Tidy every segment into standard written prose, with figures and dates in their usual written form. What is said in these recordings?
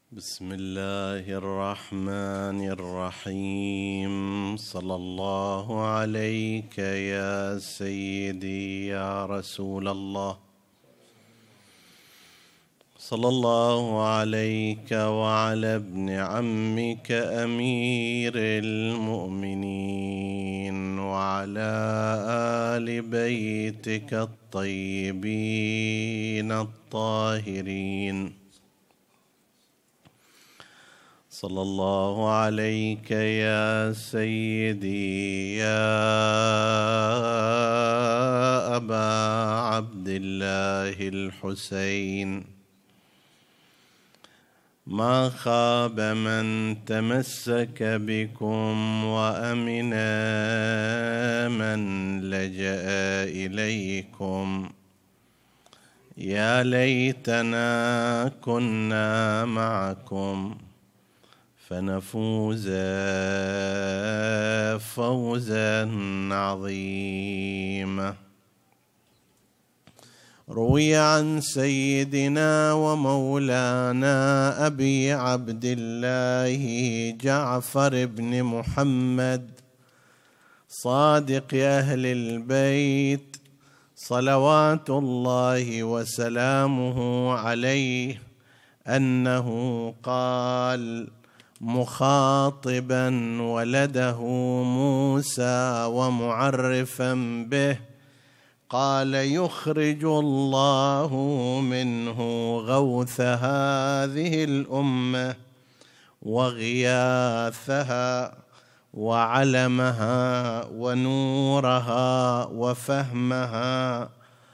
بسم الله الرحمن الرحيم. صلى الله عليك يا سيدي يا رسول الله. صلى الله عليك وعلى ابن عمك أمير المؤمنين وعلى آل بيتك الطيبين الطاهرين. صلى الله عليك يا سيدي يا أبا عبد الله الحسين. ما خاب من تمسك بكم وأمن من لجأ إليكم. يا ليتنا كنا معكم فنفوز فوزا عظيما. روي عن سيدنا ومولانا أبي عبد الله جعفر بن محمد صادق أهل البيت صلوات الله وسلامه عليه أنه قال مخاطبا ولده موسى ومعرفا به، قال: يخرج الله منه غوث هذه الأمة وغياثها وعلمها ونورها وفهمها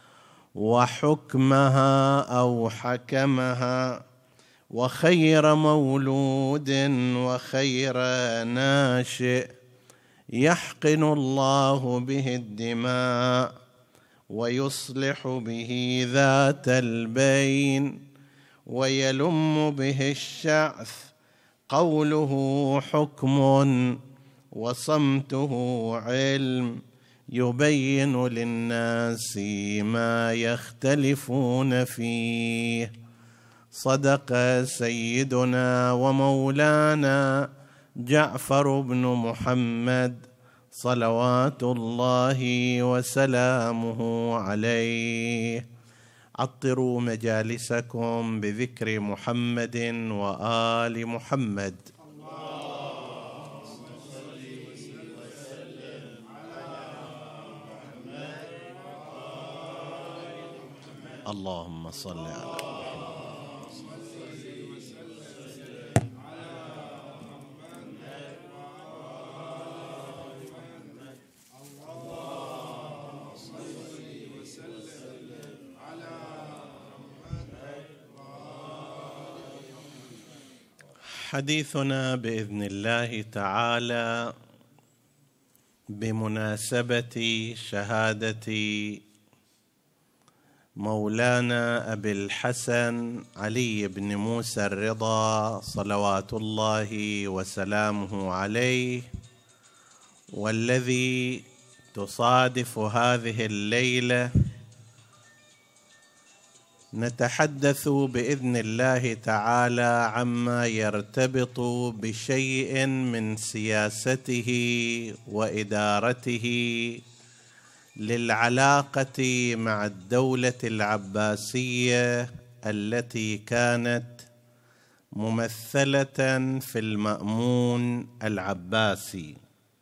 وحكمها أو حكمها، وخير مولود وخير ناشئ يحقن الله به الدماء ويصلح به ذات البين ويلم به الشعث. قوله حكم وصمته علم، يبين للناس ما يختلفون فيه. صدق سيدنا ومولانا جعفر بن محمد صلوات الله وسلامه عليه. عطروا مجالسكم بذكر محمد وآل محمد. اللهم صل على محمد. حديثنا بإذن الله تعالى بمناسبة شهادة مولانا أبي الحسن علي بن موسى الرضا صلوات الله وسلامه عليه، والذي تصادف هذه الليلة نتحدث بإذن الله تعالى عما يرتبط بشيء من سياسته وإدارته للعلاقة مع الدولة العباسية التي كانت ممثلة في المأمون العباسي.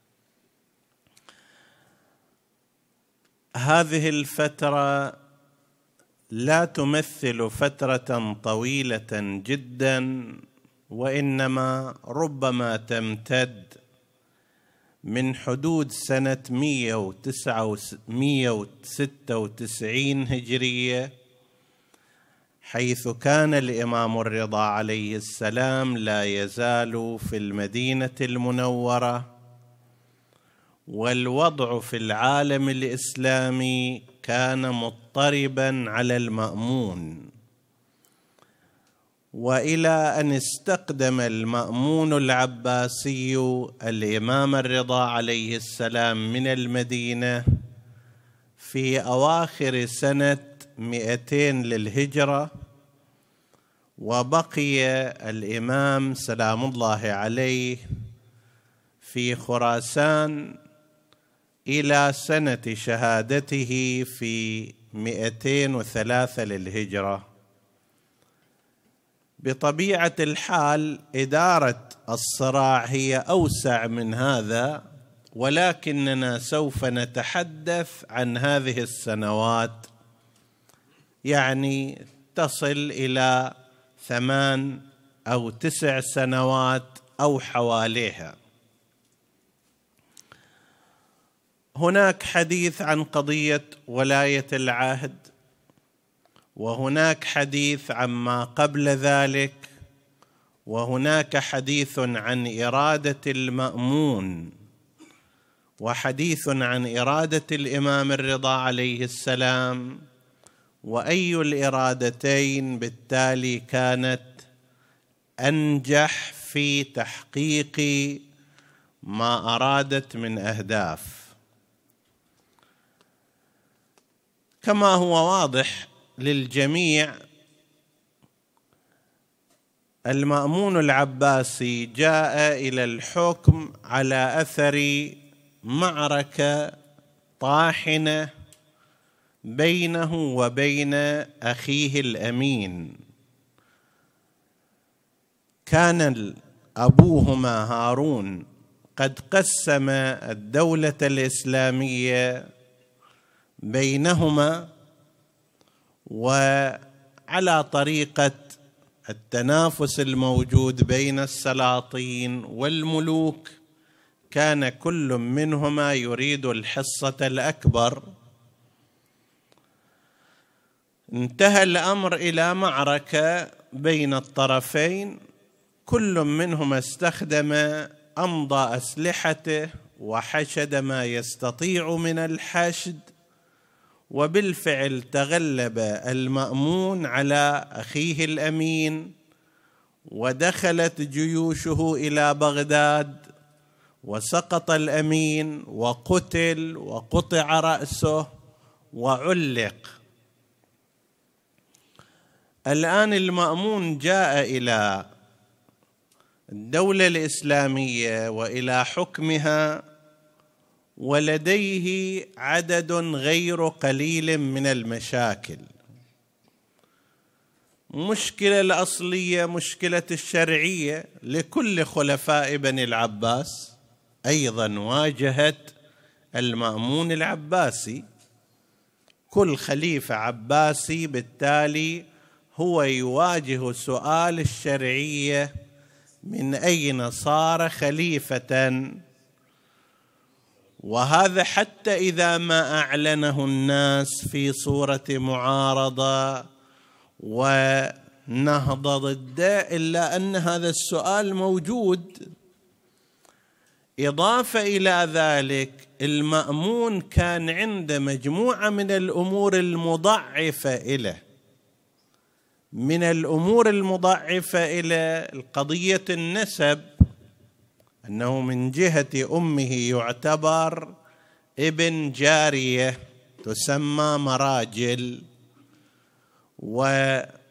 هذه الفترة لا تمثل فترة طويلة جدا، وإنما ربما تمتد من حدود سنة 196 هجرية، حيث كان الإمام الرضا عليه السلام لا يزال في المدينة المنورة، والوضع في العالم الإسلامي كان مضطربا على المأمون. وإلى أن استقدم المأمون العباسي الإمام الرضا عليه السلام من المدينة في أواخر سنة 200 للهجرة، وبقي الإمام سلام الله عليه في خراسان إلى سنة شهادته في 203 للهجرة. بطبيعة الحال إدارة الصراع هي أوسع من هذا، ولكننا سوف نتحدث عن هذه السنوات، يعني تصل إلى 8 أو 9 سنوات أو حواليها. هناك حديث عن قضية ولاية العهد، وهناك حديث عما قبل ذلك، وهناك حديث عن إرادة المأمون، وحديث عن إرادة الإمام الرضا عليه السلام، وأي الإرادتين بالتالي كانت أنجح في تحقيق ما أرادت من أهداف. كما هو واضح للجميع، المأمون العباسي جاء إلى الحكم على أثر معركة طاحنة بينه وبين أخيه الأمين. كان أبوهما هارون قد قسم الدولة الإسلامية بينهما، وعلى طريقة التنافس الموجود بين السلاطين والملوك كان كل منهما يريد الحصة الأكبر. انتهى الأمر إلى معركة بين الطرفين، كل منهما استخدم أمضى أسلحته وحشد ما يستطيع من الحشد، وبالفعل تغلب المأمون على أخيه الأمين، ودخلت جيوشه إلى بغداد، وسقط الأمين وقتل وقطع رأسه وعلق. الآن المأمون جاء إلى الدولة الإسلامية وإلى حكمها، ولديه عدد غير قليل من المشاكل. مشكلة الأصلية مشكلة الشرعية لكل خلفاء بني العباس، أيضا واجهت المأمون العباسي. كل خليفة عباسي بالتالي هو يواجه سؤال الشرعية: من أين صار خليفة؟ وهذا حتى إذا ما أعلنه الناس في صورة معارضة ونهضة ضده، إلا أن هذا السؤال موجود. إضافة إلى ذلك، المأمون كان عنده مجموعة من الأمور المضعفة إليه. من الأمور المضعفة إلى القضية النسب، أنه من جهة أمه يعتبر ابن جارية تسمى مراجل، ومحمد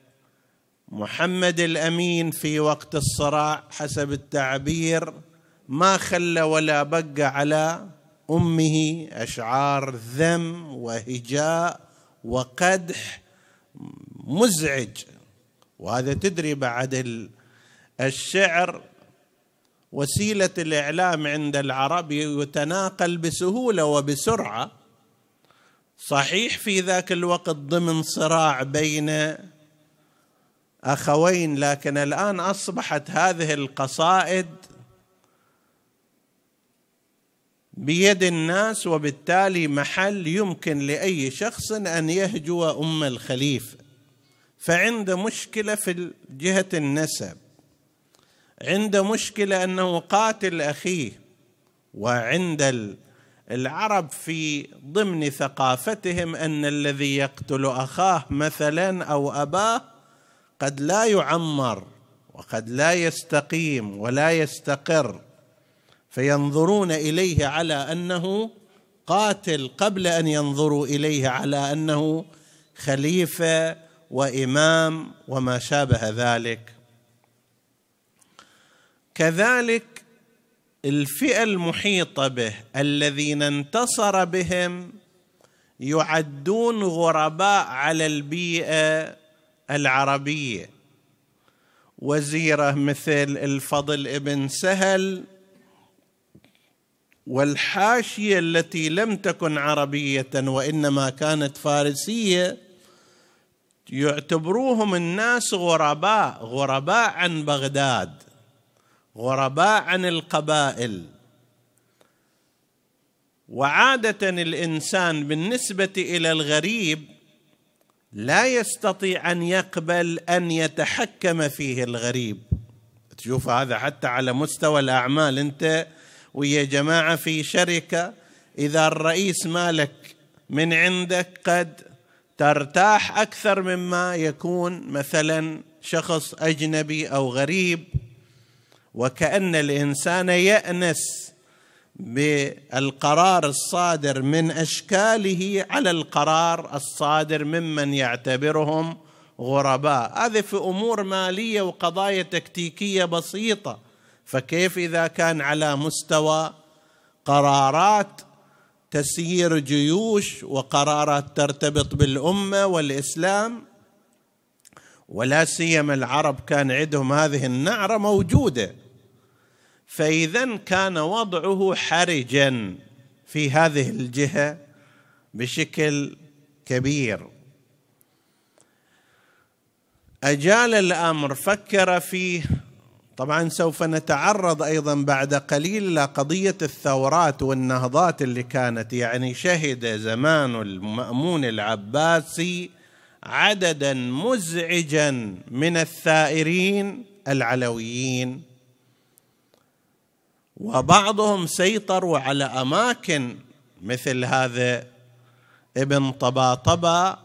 الأمين في وقت الصراع حسب التعبير ما خلى ولا بقى على أمه أشعار ذم وهجاء وقدح مزعج. وهذا تدري بعد الشعر وسيلة الإعلام عند العرب يتناقل بسهولة وبسرعة. صحيح في ذاك الوقت ضمن صراع بين أخوين، لكن الآن أصبحت هذه القصائد بيد الناس، وبالتالي محل يمكن لأي شخص أن يهجو أم الخليفة. فعنده مشكلة في جهة النسب، عنده مشكلة أنه قاتل أخيه. وعند العرب في ضمن ثقافتهم أن الذي يقتل أخاه مثلا أو أباه قد لا يعمر وقد لا يستقيم ولا يستقر، فينظرون إليه على أنه قاتل قبل أن ينظروا إليه على أنه خليفة وإمام وما شابه ذلك. كذلك الفئة المحيطة به الذين انتصر بهم يعدون غرباء على البيئة العربية، وزيره مثل الفضل ابن سهل، والحاشية التي لم تكن عربية وإنما كانت فارسية يعتبروهم الناس غرباء عن بغداد، غرباء عن القبائل. وعادة الإنسان بالنسبة إلى الغريب لا يستطيع أن يقبل أن يتحكم فيه الغريب. تشوف هذا حتى على مستوى الأعمال، أنت ويا جماعة في شركة، إذا الرئيس مالك من عندك قد ترتاح أكثر مما يكون مثلا شخص أجنبي أو غريب، وكأن الإنسان يأنس بالقرار الصادر من أشكاله على القرار الصادر ممن يعتبرهم غرباء. هذه في أمور مالية وقضايا تكتيكية بسيطة، فكيف إذا كان على مستوى قرارات تسيير جيوش وقرارات ترتبط بالأمة والإسلام؟ ولا سيما العرب كان عندهم هذه النعرة موجودة، فإذا كان وضعه حرجا في هذه الجهة بشكل كبير. أجال الأمر، فكر فيه. طبعا سوف نتعرض أيضا بعد قليل إلى قضية الثورات والنهضات اللي كانت، يعني شهد زمان المأمون العباسي عددا مزعجا من الثائرين العلويين، وبعضهم سيطروا على أماكن مثل هذا ابن طباطبة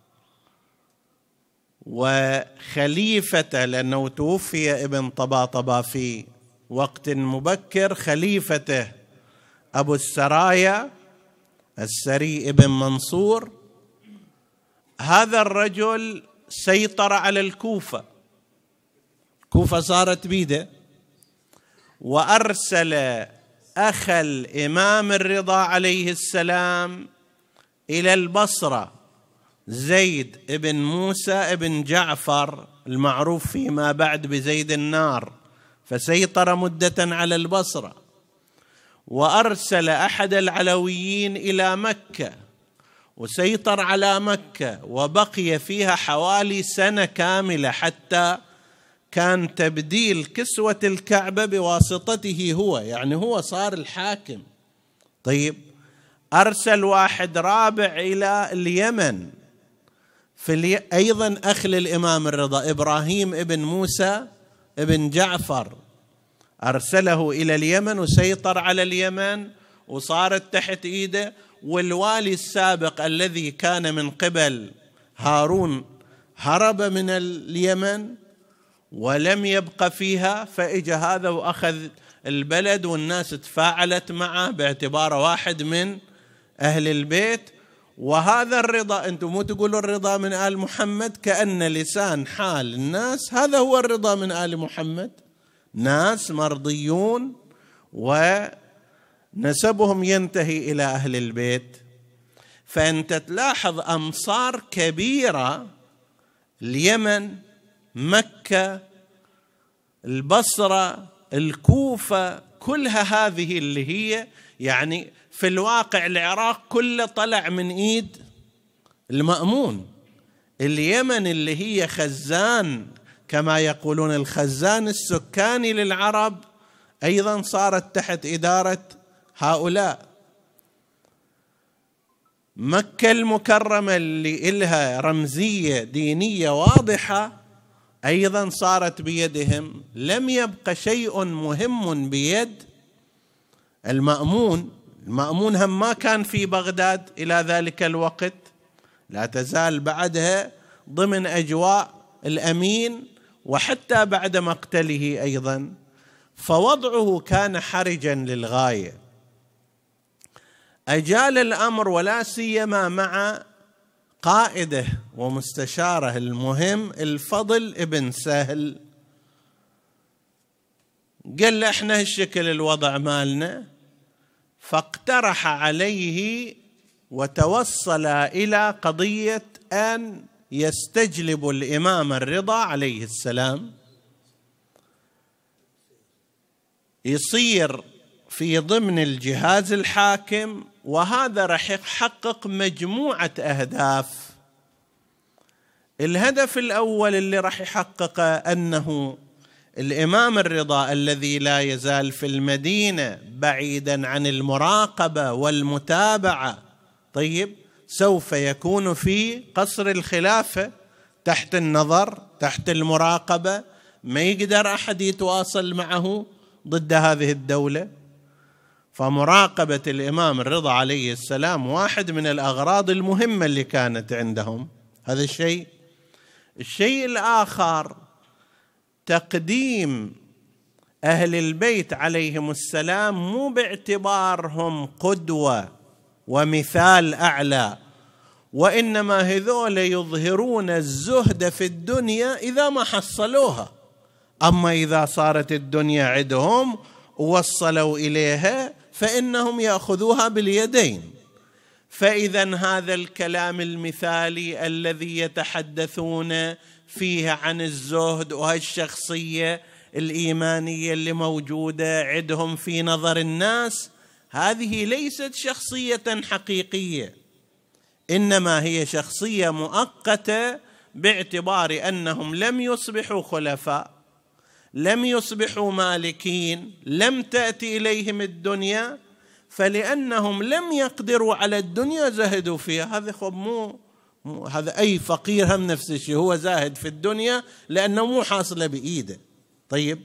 وخليفته، لأنه توفي ابن طباطبة في وقت مبكر، خليفته أبو السرايا السري ابن منصور. هذا الرجل سيطر على الكوفة صارت بيده، وأرسل أخ الإمام الرضا عليه السلام إلى البصرة، زيد ابن موسى ابن جعفر المعروف فيما بعد بزيد النار، فسيطر مدة على البصرة. وأرسل أحد العلويين إلى مكة وسيطر على مكة، وبقي فيها حوالي سنة كاملة حتى كان تبديل كسوة الكعبة بواسطته هو، يعني هو صار الحاكم. طيب، أرسل واحد رابع إلى اليمن، أيضا أخ الإمام الرضا إبراهيم ابن موسى ابن جعفر، أرسله إلى اليمن وسيطر على اليمن وصارت تحت إيده. والوالي السابق الذي كان من قبل هارون هرب من اليمن ولم يبق فيها، فإجا هذا وأخذ البلد، والناس تفاعلت معه باعتباره واحد من أهل البيت. وهذا الرضا، أنتم مو تقولوا الرضا من آل محمد، كأن لسان حال الناس هذا هو الرضا من آل محمد، ناس مرضيون ونسبهم ينتهي إلى أهل البيت. فأنت تلاحظ أمصار كبيرة، اليمن، مكة، البصرة، الكوفة، كلها هذه اللي هي يعني في الواقع العراق كله طلع من إيد المأمون. اليمن اللي هي خزان، كما يقولون الخزان السكاني للعرب، أيضا صارت تحت إدارة هؤلاء. مكة المكرمة اللي إلها رمزية دينية واضحة أيضا صارت بيدهم. لم يبق شيء مهم بيد المأمون. المأمون هم ما كان في بغداد إلى ذلك الوقت، لا تزال بعدها ضمن أجواء الأمين وحتى بعد مقتله أيضا، فوضعه كان حرجا للغاية. أجال الأمر ولا سيما مع قائده ومستشاره المهم الفضل ابن سهل، قال له احنا هالشكل الوضع مالنا، فاقترح عليه وتوصل إلى قضية أن يستجلب الإمام الرضا عليه السلام، يصير في ضمن الجهاز الحاكم، وهذا رح يحقق مجموعة أهداف. الهدف الأول اللي رح يحققه أنه الإمام الرضا الذي لا يزال في المدينة بعيدا عن المراقبة والمتابعة، طيب سوف يكون في قصر الخلافة تحت النظر، تحت المراقبة، ما يقدر أحد يتواصل معه ضد هذه الدولة. فمراقبة الإمام الرضا عليه السلام واحد من الأغراض المهمة اللي كانت عندهم. هذا الشيء. الشيء الآخر تقديم أهل البيت عليهم السلام مو باعتبارهم قدوة ومثال أعلى، وإنما هذول يظهرون الزهد في الدنيا إذا ما حصلوها، أما إذا صارت الدنيا عندهم ووصلوا إليها فإنهم يأخذوها باليدين. فإذا هذا الكلام المثالي الذي يتحدثون فيه عن الزهد وهالشخصية الإيمانية اللي موجودة عندهم في نظر الناس، هذه ليست شخصية حقيقية، إنما هي شخصية مؤقتة، باعتبار أنهم لم يصبحوا خلفاء، لم يصبحوا مالكين، لم تأتي إليهم الدنيا، فلأنهم لم يقدروا على الدنيا زهدوا فيها. هذا مو هذا أي فقير هم نفس الشيء، هو زاهد في الدنيا لأنه مو حاصله بإيده. طيب،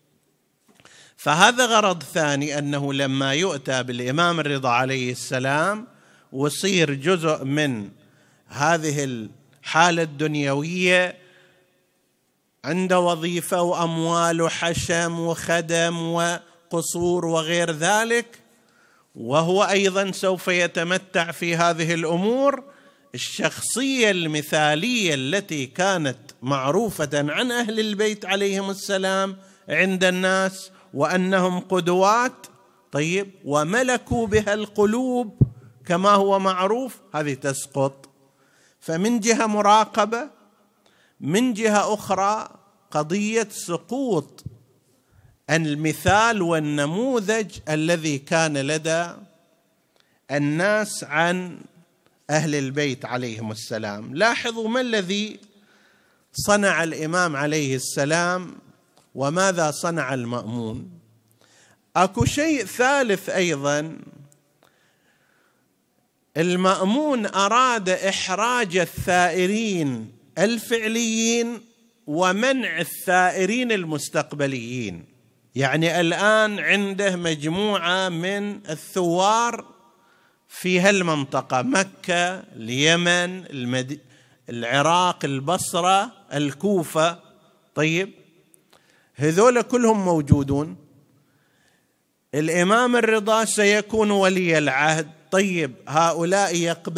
فهذا غرض ثاني، أنه لما يؤتى بالإمام الرضا عليه السلام ويصير جزء من هذه الحالة الدنيوية، عنده وظيفة وأموال وحشم وخدم وقصور وغير ذلك، وهو أيضا سوف يتمتع في هذه الأمور. الشخصية المثالية التي كانت معروفة عن أهل البيت عليهم السلام عند الناس وأنهم قدوات، طيب، وملكوا بها القلوب كما هو معروف، هذه تسقط. فمن جهة مراقبة، من جهة أخرى قضية سقوط المثال والنموذج الذي كان لدى الناس عن أهل البيت عليهم السلام. لاحظوا ما الذي صنع الإمام عليه السلام وماذا صنع المأمون. أكو شيء ثالث أيضا، المأمون أراد إحراج الثائرين الفعليين ومنع الثائرين المستقبليين. يعني الآن عنده مجموعة من الثوار في هالمنطقة، مكة، اليمن، العراق، البصرة، الكوفة، طيب، هذول كلهم موجودون. الإمام الرضا سيكون ولي العهد، طيب، هؤلاء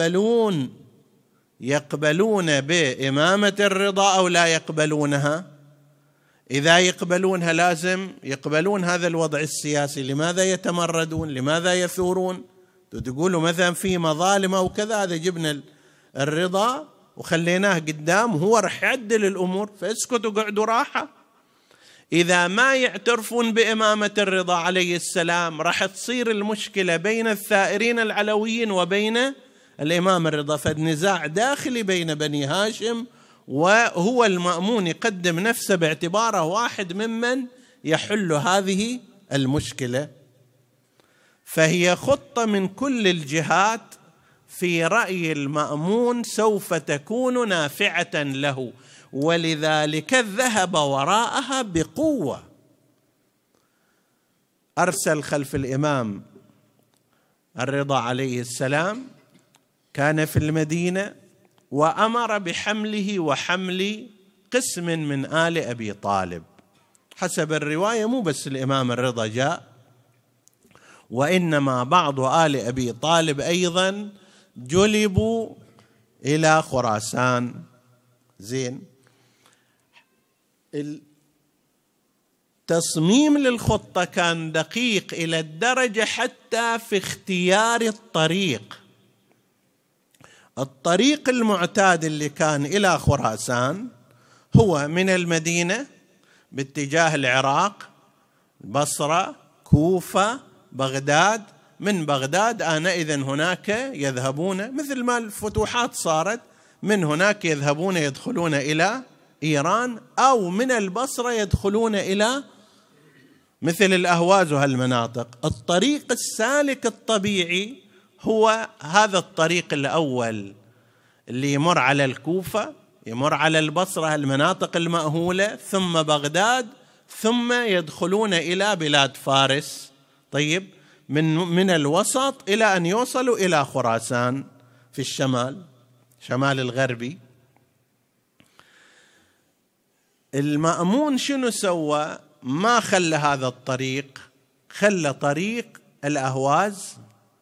يقبلون بإمامة الرضا أو لا يقبلونها؟ إذا يقبلونها لازم يقبلون هذا الوضع السياسي. لماذا يتمردون؟ لماذا يثورون؟ تقولوا مثلا في مظالم أو كذا، هذا جبنا الرضا وخليناه قدام وهو رح يعدل الأمور، فاسكتوا قعدوا راحة. إذا ما يعترفون بإمامة الرضا عليه السلام رح تصير المشكلة بين الثائرين العلويين وبين الإمام الرضا، فالنزاع داخلي بين بني هاشم، وهو المأمون يقدم نفسه باعتباره واحد ممن يحل هذه المشكلة. فهي خطة من كل الجهات في رأي المأمون سوف تكون نافعة له، ولذلك ذهب وراءها بقوة. أرسل خلف الإمام الرضا عليه السلام، كان في المدينة، وأمر بحمله وحمل قسم من آل أبي طالب. حسب الرواية مو بس الإمام الرضا جاء، وإنما بعض آل أبي طالب أيضا جلبوا إلى خراسان. زين، التصميم للخطة كان دقيق إلى الدرجة حتى في اختيار الطريق المعتاد اللي كان إلى خراسان هو من المدينة باتجاه العراق، بصرة، كوفة، بغداد. من بغداد آنئذ هناك يذهبون، مثل ما الفتوحات صارت، من هناك يدخلون إلى إيران، أو من البصرة يدخلون إلى مثل الأهواز وهالمناطق. الطريق السالك الطبيعي هو هذا الطريق الأول اللي يمر على الكوفة، يمر على البصرة، المناطق المأهولة، ثم بغداد، ثم يدخلون إلى بلاد فارس. طيب، من الوسط إلى أن يوصلوا إلى خراسان في الشمال الغربي. المأمون شنو سوى؟ ما خلى هذا الطريق، خلى طريق الأهواز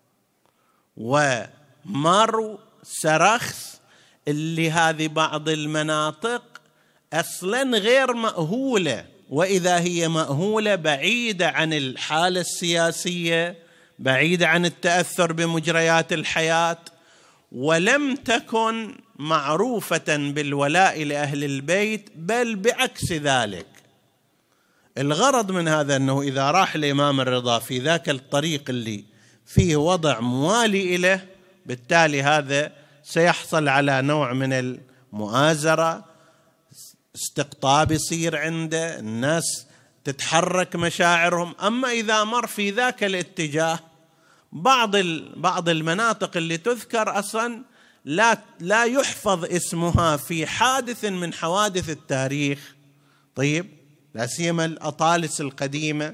ومارو سرخس، اللي هذه بعض المناطق أصلاً غير مأهولة، وإذا هي مأهولة بعيدة عن الحالة السياسية، بعيدة عن التأثر بمجريات الحياة، ولم تكن معروفة بالولاء لأهل البيت، بل بعكس ذلك. الغرض من هذا أنه إذا راح الإمام الرضا في ذاك الطريق اللي فيه وضع موالي إليه، بالتالي هذا سيحصل على نوع من المؤازرة، استقطاب يصير عنده، الناس تتحرك مشاعرهم. أما إذا مر في ذاك الاتجاه، بعض المناطق اللي تذكر أصلا لا يحفظ اسمها في حادث من حوادث التاريخ. طيب، لا سيما الأطالس القديمة.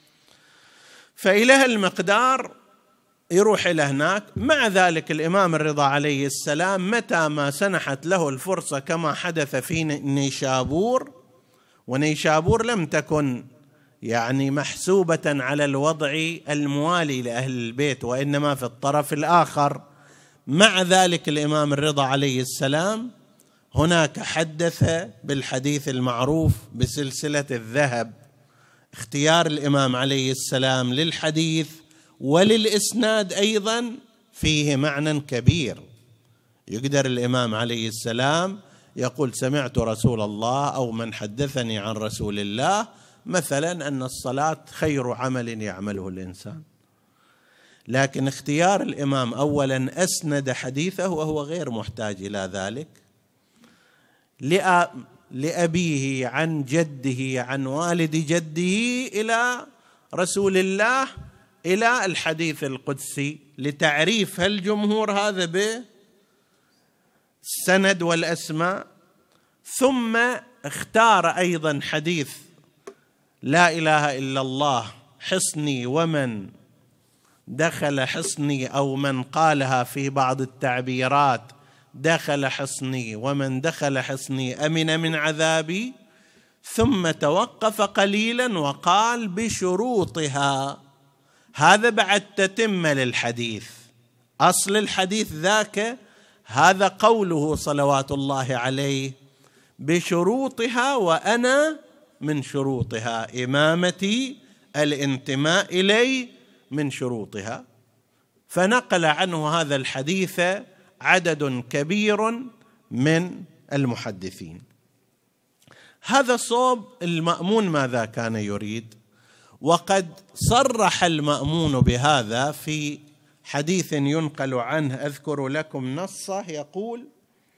فإلى المقدار يروح إلى هناك. مع ذلك الإمام الرضا عليه السلام متى ما سنحت له الفرصة، كما حدث في نيشابور، ونيشابور لم تكن يعني محسوبة على الوضع الموالي لأهل البيت، وإنما في الطرف الآخر. مع ذلك الإمام الرضا عليه السلام هناك حدث بالحديث المعروف بسلسلة الذهب. اختيار الإمام عليه السلام للحديث وللإسناد أيضا فيه معنى كبير. يقدر الإمام عليه السلام يقول: سمعت رسول الله، أو من حدثني عن رسول الله مثلا أن الصلاة خير عمل يعمله الإنسان. لكن اختيار الإمام أولا أسند حديثه وهو غير محتاج إلى ذلك، لأبيه عن جده عن والد جده إلى رسول الله إلى الحديث القدسي، لتعريف الجمهور هذا بالسند والأسماء. ثم اختار أيضا حديث لا إله إلا الله حصني ومن دخل حصني، أو من قالها في بعض التعبيرات دخل حصني ومن دخل حصني أمن من عذابي. ثم توقف قليلا وقال: بشروطها. هذا بعد تتم للحديث. أصل الحديث ذاك هذا قوله صلوات الله عليه: بشروطها وأنا من شروطها، إمامتي الانتماء إلي من شروطها. فنقل عنه هذا الحديث عدد كبير من المحدثين. هذا صوب المأمون ماذا كان يريد، وقد صرح المأمون بهذا في حديث ينقل عنه، أذكر لكم نصه، يقول: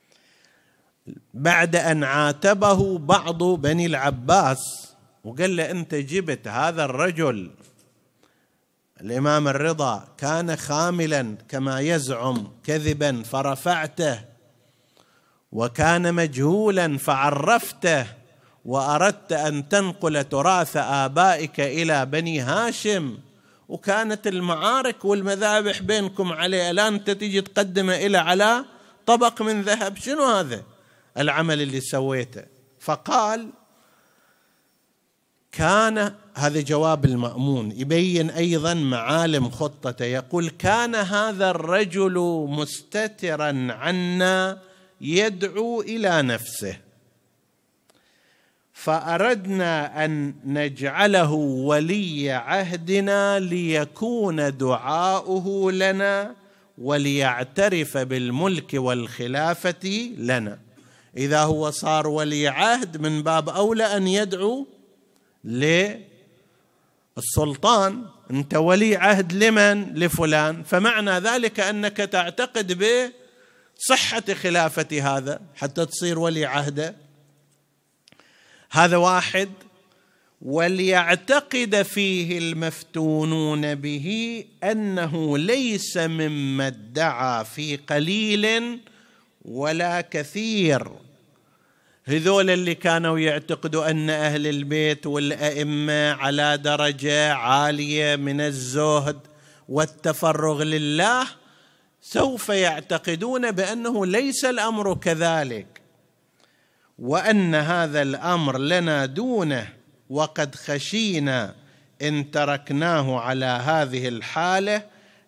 بعد أن عاتبه بعض بني العباس وقال له: أنت جبت هذا الرجل الإمام الرضا كان خاملا كما يزعم كذبا فرفعته، وكان مجهولا فعرفته، وأردت أن تنقل تراث آبائك إلى بني هاشم، وكانت المعارك والمذابح بينكم عليه، الآن أنت تيجي تقدمه إلى على طبق من ذهب. شنو هذا العمل اللي سويته؟ فقال: كان هذا جواب المأمون يبين أيضا معالم خطته. يقول: كان هذا الرجل مستترا عنا يدعو إلى نفسه، فأردنا أن نجعله ولي عهدنا ليكون دعاؤه لنا وليعترف بالملك والخلافة لنا. إذا هو صار ولي عهد من باب أولى أن يدعو للسلطان. أنت ولي عهد لمن؟ لفلان، فمعنى ذلك أنك تعتقد بصحة خلافة هذا حتى تصير ولي عهده. هذا واحد. وليعتقد فيه المفتونون به أنه ليس مما ادعى في قليل ولا كثير. هذول اللي كانوا يعتقدوا أن أهل البيت والأئمة على درجة عالية من الزهد والتفرغ لله، سوف يعتقدون بأنه ليس الأمر كذلك، وأن هذا الأمر لنا دونه، وقد خشينا إن تركناه على هذه الحالة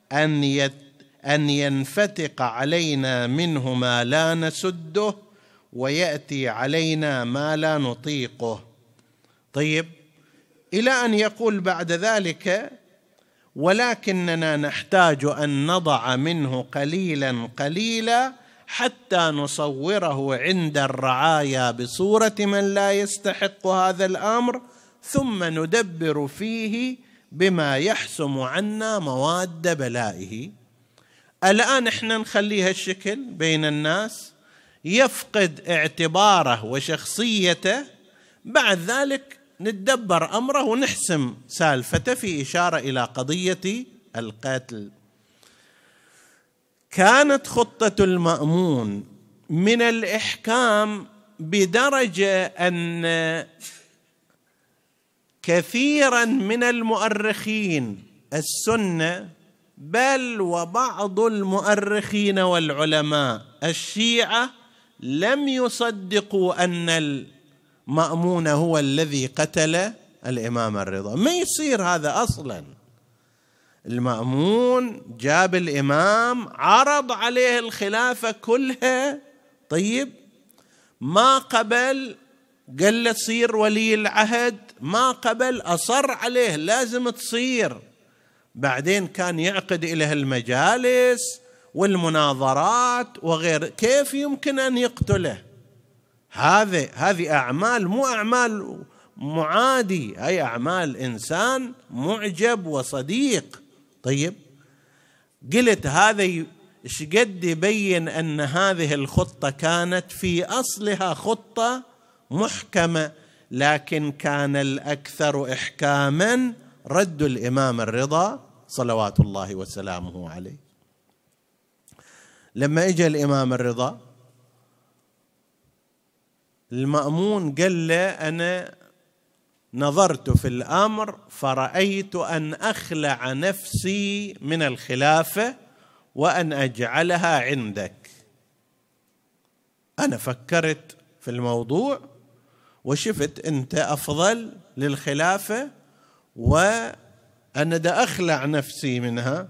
أن ينفتق علينا منه ما لا نسده ويأتي علينا ما لا نطيقه. طيب، إلى أن يقول بعد ذلك: ولكننا نحتاج أن نضع منه قليلا قليلا حتى نصوره عند الرعايا بصورة من لا يستحق هذا الأمر، ثم ندبر فيه بما يحسم عنا مواد بلائه. الآن احنا نخليها الشكل بين الناس، يفقد اعتباره وشخصيته، بعد ذلك نتدبر أمره ونحسم سالفته، في إشارة إلى قضية القتل. كانت خطة المأمون من الإحكام بدرجة أن كثيرا من المؤرخين السنة، بل وبعض المؤرخين والعلماء الشيعة، لم يصدقوا أن المأمون هو الذي قتل الإمام الرضا. ما يصير هذا أصلا. المأمون جاب الإمام، عرض عليه الخلافة كلها، طيب ما قبل، قال له صير ولي العهد، ما قبل، أصر عليه لازم تصير. بعدين كان يعقد إليه المجالس والمناظرات وغير. كيف يمكن أن يقتله؟ هذه أعمال، مو أعمال معادي، هي أعمال إنسان معجب وصديق. طيب، قلت هذا إيش قد يبين أن هذه الخطة كانت في أصلها خطة محكمة، لكن كان الأكثر إحكاما رد الإمام الرضا صلوات الله وسلامه عليه. لما اجى الإمام الرضا، المأمون قال له: أنا نظرت في الأمر فرأيت أن أخلع نفسي من الخلافة وأن أجعلها عندك. أنا فكرت في الموضوع وشفت أنت أفضل للخلافة، وأنا دا أخلع نفسي منها.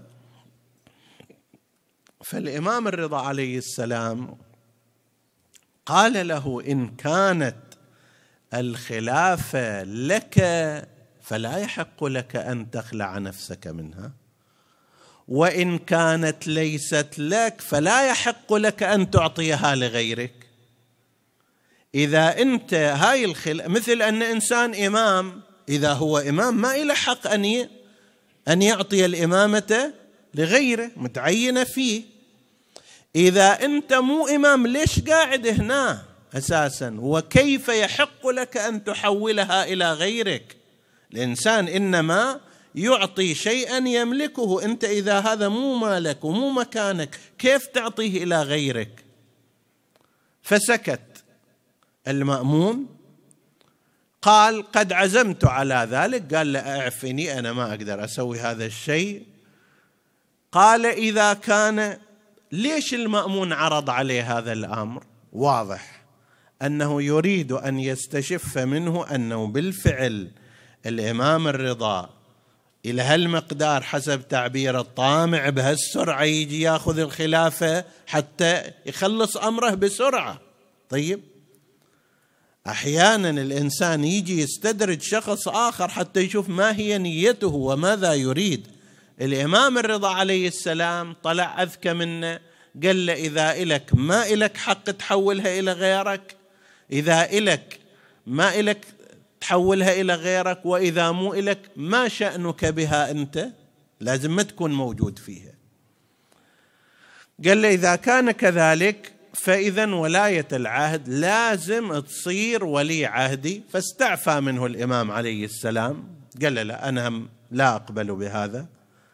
فالإمام الرضا عليه السلام قال له: إن كانت الخلافة لك فلا يحق لك أن تخلع نفسك منها، وإن كانت ليست لك فلا يحق لك أن تعطيها لغيرك. إذا أنت هاي مثل أن إنسان إمام، إذا هو إمام ما إله حق أن يعطي الإمامة لغيره، متعينة فيه. إذا أنت مو إمام ليش قاعد هنا أساسا؟ وكيف يحق لك أن تحولها إلى غيرك؟ الإنسان إنما يعطي شيئا يملكه، أنت إذا هذا مو مالك ومو مكانك كيف تعطيه إلى غيرك؟ فسكت المأمون، قال: قد عزمت على ذلك. قال له: أعفني، أنا ما أقدر أسوي هذا الشيء. قال: إذا كان، ليش المأمون عرض عليه هذا الأمر؟ واضح أنه يريد أن يستشف منه أنه بالفعل الإمام الرضا إلى هالمقدار حسب تعبير الطامع بهالسرعة يجي ياخذ الخلافة حتى يخلص أمره بسرعة. طيب أحيانا الإنسان يجي يستدرج شخص آخر حتى يشوف ما هي نيته وماذا يريد. الإمام الرضا عليه السلام طلع أذكى منه، قال له إذا إلك ما إلك حق تحولها إلى غيرك، إذا إلك ما إلك تحولها إلى غيرك، وإذا مو إلك ما شأنك بها أنت، لازم ما تكون موجود فيها. قال له إذا كان كذلك فإذا ولاية العهد لازم تصير ولي عهدي. فاستعفى منه الإمام عليه السلام، قال له لا، أنا لا أقبل بهذا.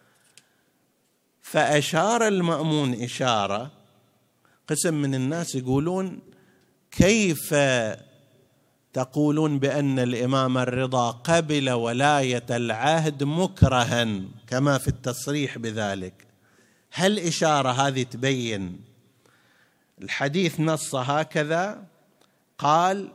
فأشار المأمون إشارة. قسم من الناس يقولون كيف تقولون بأن الإمام الرضا قبل ولاية العهد مكرها كما في التصريح بذلك؟ هل إشارة هذه تبين الحديث نص هكذا؟ قال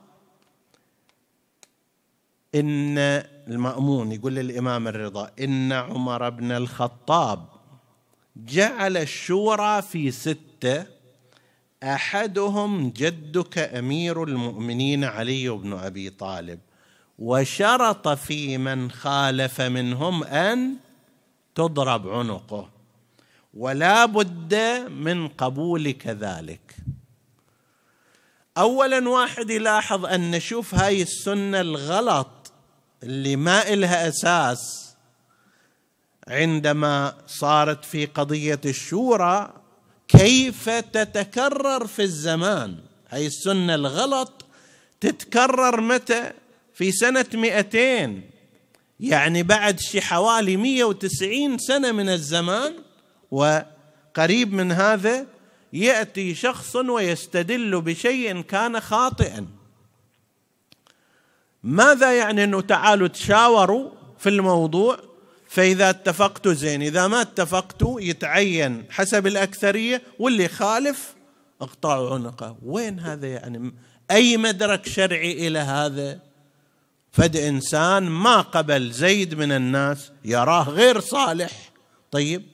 إن المأمون يقول للإمام الرضا إن عمر بن الخطاب جعل الشورى في 6، أحدهم جدك أمير المؤمنين علي بن أبي طالب، وشرط في من خالف منهم أن تضرب عنقه، ولا بد من قبول كذلك. أولا واحد يلاحظ أن نشوف هاي السنة الغلط اللي ما إلها أساس عندما صارت في قضية الشورى كيف تتكرر في الزمان. هاي السنة الغلط تتكرر متى؟ في سنة 200، يعني بعد حوالي 190 سنة من الزمان. وقريب من هذا يأتي شخص ويستدل بشيء كان خاطئا. ماذا يعني أنه تعالوا تشاوروا في الموضوع، فإذا اتفقتوا زين، إذا ما اتفقتوا يتعين حسب الأكثرية، واللي خالف اقطعوا عنقه. وين هذا؟ يعني أي مدرك شرعي إلى هذا؟ فد إنسان ما قبل زيد من الناس يراه غير صالح، طيب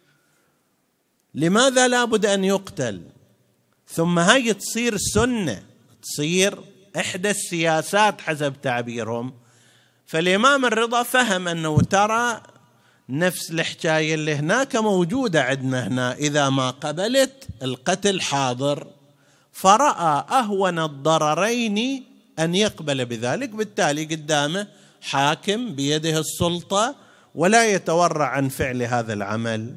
لماذا لا بد أن يقتل؟ ثم هاي تصير سنة، تصير إحدى السياسات حسب تعبيرهم. فالإمام الرضا فهم أنه ترى نفس الحكاية اللي هناك موجودة عندنا هنا، إذا ما قبلت القتل حاضر، فرأى أهون الضررين أن يقبل بذلك. بالتالي قدامه حاكم بيده السلطة ولا يتورع عن فعل هذا العمل.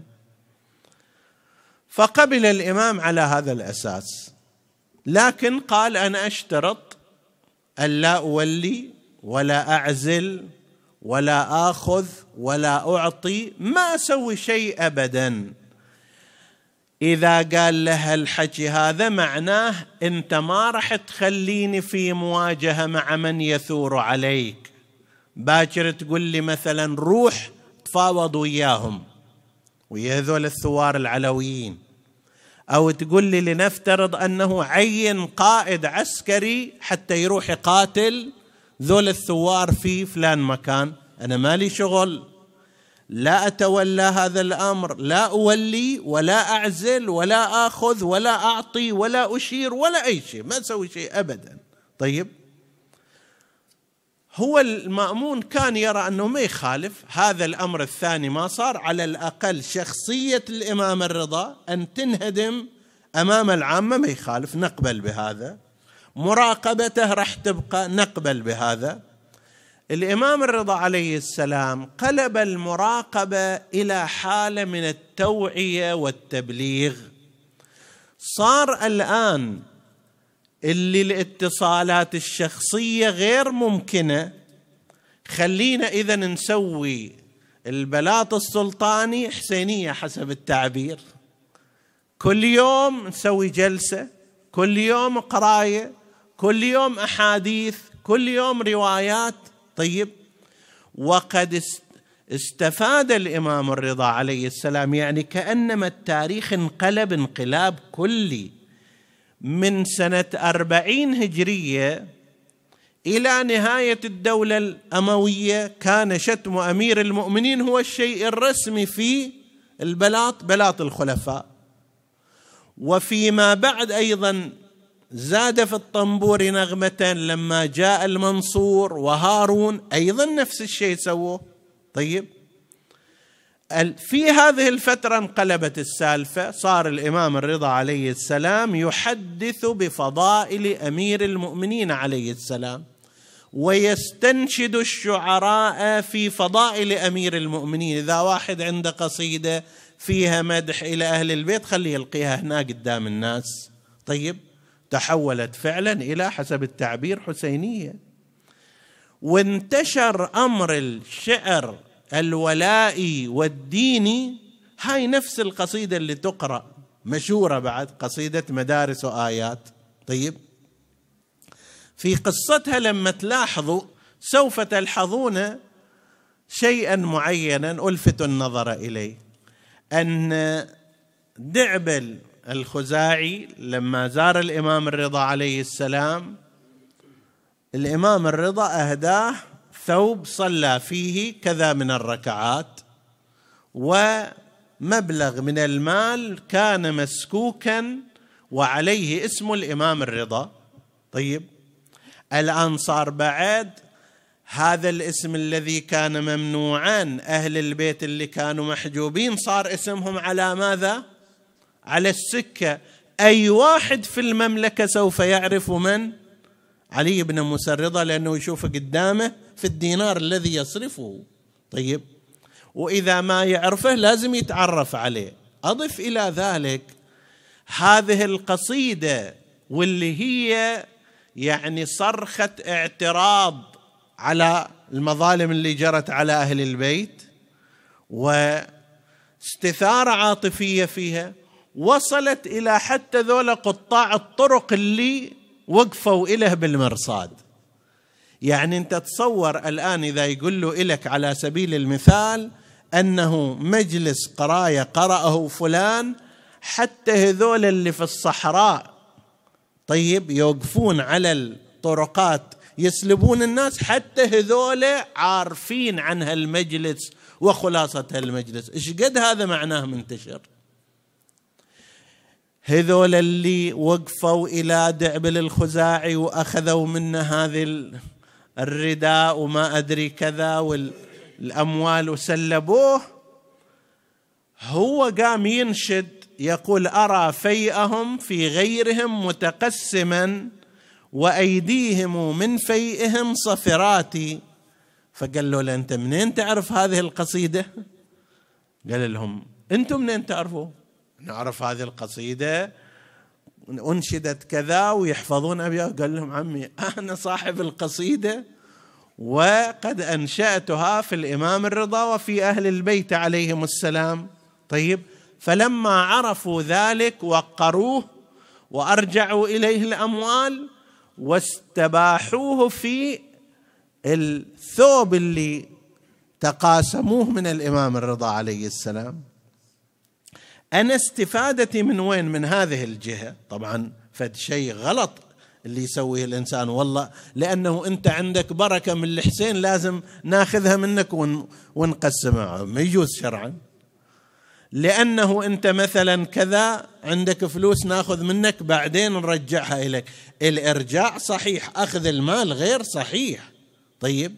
فقبل الإمام على هذا الأساس، لكن قال أنا أشترط أن لا أولي ولا أعزل ولا آخذ ولا أعطي، ما أسوي شيء أبدا. إذا قال له الحكي هذا معناه أنت ما راح تخليني في مواجهة مع من يثور عليك. باكر تقول لي مثلا روح تفاوض وياهم، ويا هذول الثوار العلويين، أو تقول لي لنفترض أنه عين قائد عسكري حتى يروح يقاتل ذول الثوار في فلان مكان، أنا مالي شغل، لا أتولى هذا الأمر، لا أولي ولا أعزل ولا أخذ ولا أعطي ولا أشير ولا أي شيء، ما أسوي شيء أبدا. طيب هو المأمون كان يرى أنه ما يخالف هذا الأمر الثاني، ما صار على الأقل شخصية الإمام الرضا أن تنهدم أمام العامة، ما يخالف، نقبل بهذا. مراقبته راح تبقى، نقبل بهذا. الإمام الرضا عليه السلام قلب المراقبة إلى حالة من التوعية والتبليغ. صار الآن اللي الاتصالات الشخصية غير ممكنة، خلينا إذن نسوي البلاط السلطاني حسينية حسب التعبير، كل يوم نسوي جلسة، كل يوم قراية، كل يوم أحاديث، كل يوم روايات. طيب وقد استفاد الإمام الرضا عليه السلام، يعني كأنما التاريخ انقلب انقلاب كلي. من سنة 40 هجرية إلى نهاية الدولة الأموية كان شتم أمير المؤمنين هو الشيء الرسمي في بلاط الخلفاء. وفيما بعد أيضا زاد في الطنبور نغمة لما جاء المنصور وهارون أيضا نفس الشيء سووه. طيب، في هذه الفترة انقلبت السالفة، صار الإمام الرضا عليه السلام يحدث بفضائل أمير المؤمنين عليه السلام، ويستنشد الشعراء في فضائل أمير المؤمنين. إذا واحد عنده قصيدة فيها مدح إلى أهل البيت خليه يلقيها هنا قدام الناس. طيب، تحولت فعلا إلى حسب التعبير حسينية، وانتشر أمر الشعر الولائي والديني. هاي نفس القصيدة اللي تقرأ مشهورة بعد، قصيدة مدارس وآيات. طيب، في قصتها لما تلاحظوا سوف تلحظون شيئا معينا ألفت النظر إليه، أن دعبل الخزاعي لما زار الإمام الرضا عليه السلام، الإمام الرضا أهداه ثوب صلى فيه كذا من الركعات، ومبلغ من المال كان مسكوكا وعليه اسم الإمام الرضا. طيب، الآن صار بعد هذا الاسم الذي كان ممنوعا، أهل البيت اللي كانوا محجوبين صار اسمهم على ماذا؟ على السكة. أي واحد في المملكة سوف يعرف من علي بن موسى الرضا، لأنه يشوف قدامه في الدينار الذي يصرفه. طيب، وإذا ما يعرفه لازم يتعرف عليه. أضف إلى ذلك هذه القصيدة واللي هي يعني صرخة اعتراض على المظالم اللي جرت على أهل البيت واستثارة عاطفية فيها، وصلت إلى حتى ذولا قطاع الطرق اللي وقفوا إله بالمرصاد. يعني أنت تصور الآن إذا يقول له إلك على سبيل المثال أنه مجلس قراية قرأه فلان، حتى هذول اللي في الصحراء طيب يوقفون على الطرقات يسلبون الناس، حتى هذول عارفين عن هالمجلس وخلاصة هالمجلس. إيش قد هذا معناه منتشر. هذول اللي وقفوا إلى دعبل الخزاعي وأخذوا منه هذه الرداء وما أدري كذا والأموال وسلبوه، هو قام ينشد يقول: أرى فيئهم في غيرهم متقسما وأيديهم من فيئهم صفراتي. فقال له: أنت منين تعرف هذه القصيدة؟ قال لهم: أنتم منين تعرفوا؟ نعرف هذه القصيدة أنشدت كذا ويحفظون أبيات. قال لهم: عمي أنا صاحب القصيدة وقد أنشأتها في الإمام الرضا وفي أهل البيت عليهم السلام. طيب، فلما عرفوا ذلك وقروه وأرجعوا إليه الأموال واستباحوه في الثوب اللي تقاسموه من الإمام الرضا عليه السلام. أنا استفادتي من وين؟ من هذه الجهة. طبعا فد شيء غلط اللي يسويه الإنسان والله، لأنه أنت عندك بركة من الحسين لازم ناخذها منك ونقسمها، ما يجوز شرعا. لأنه أنت مثلا كذا عندك فلوس ناخذ منك بعدين نرجعها إليك. الإرجاع صحيح، أخذ المال غير صحيح. طيب،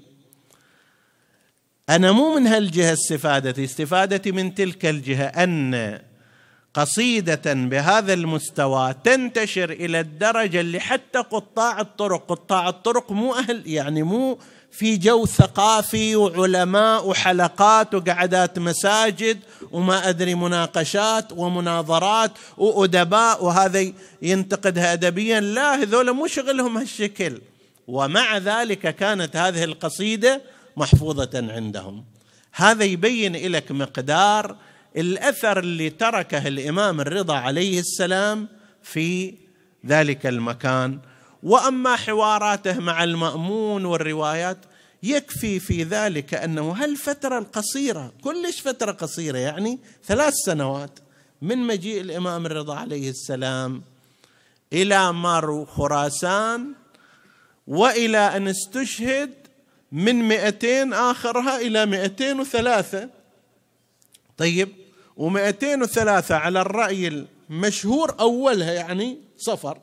أنا مو من هالجهة استفادتي من تلك الجهة، أن قصيدة بهذا المستوى تنتشر إلى الدرجة اللي حتى قطاع الطرق مو أهل، يعني مو في جو ثقافي وعلماء وحلقات وقعدات مساجد وما أدري مناقشات ومناظرات وأدباء وهذا ينتقدها أدبيا، لا، هذول مو شغلهم هالشكل. ومع ذلك كانت هذه القصيدة محفوظة عندهم. هذا يبين لك مقدار الأثر اللي تركه الإمام الرضا عليه السلام في ذلك المكان. وأما حواراته مع المأمون والروايات يكفي في ذلك أنه هالفترة القصيرة، كلش فترة قصيرة، يعني 3 سنوات من مجيء الإمام الرضا عليه السلام إلى مر خراسان وإلى أن استشهد من 200 آخرها إلى 203. طيب، و203 على الرأي المشهور أولها يعني صفر.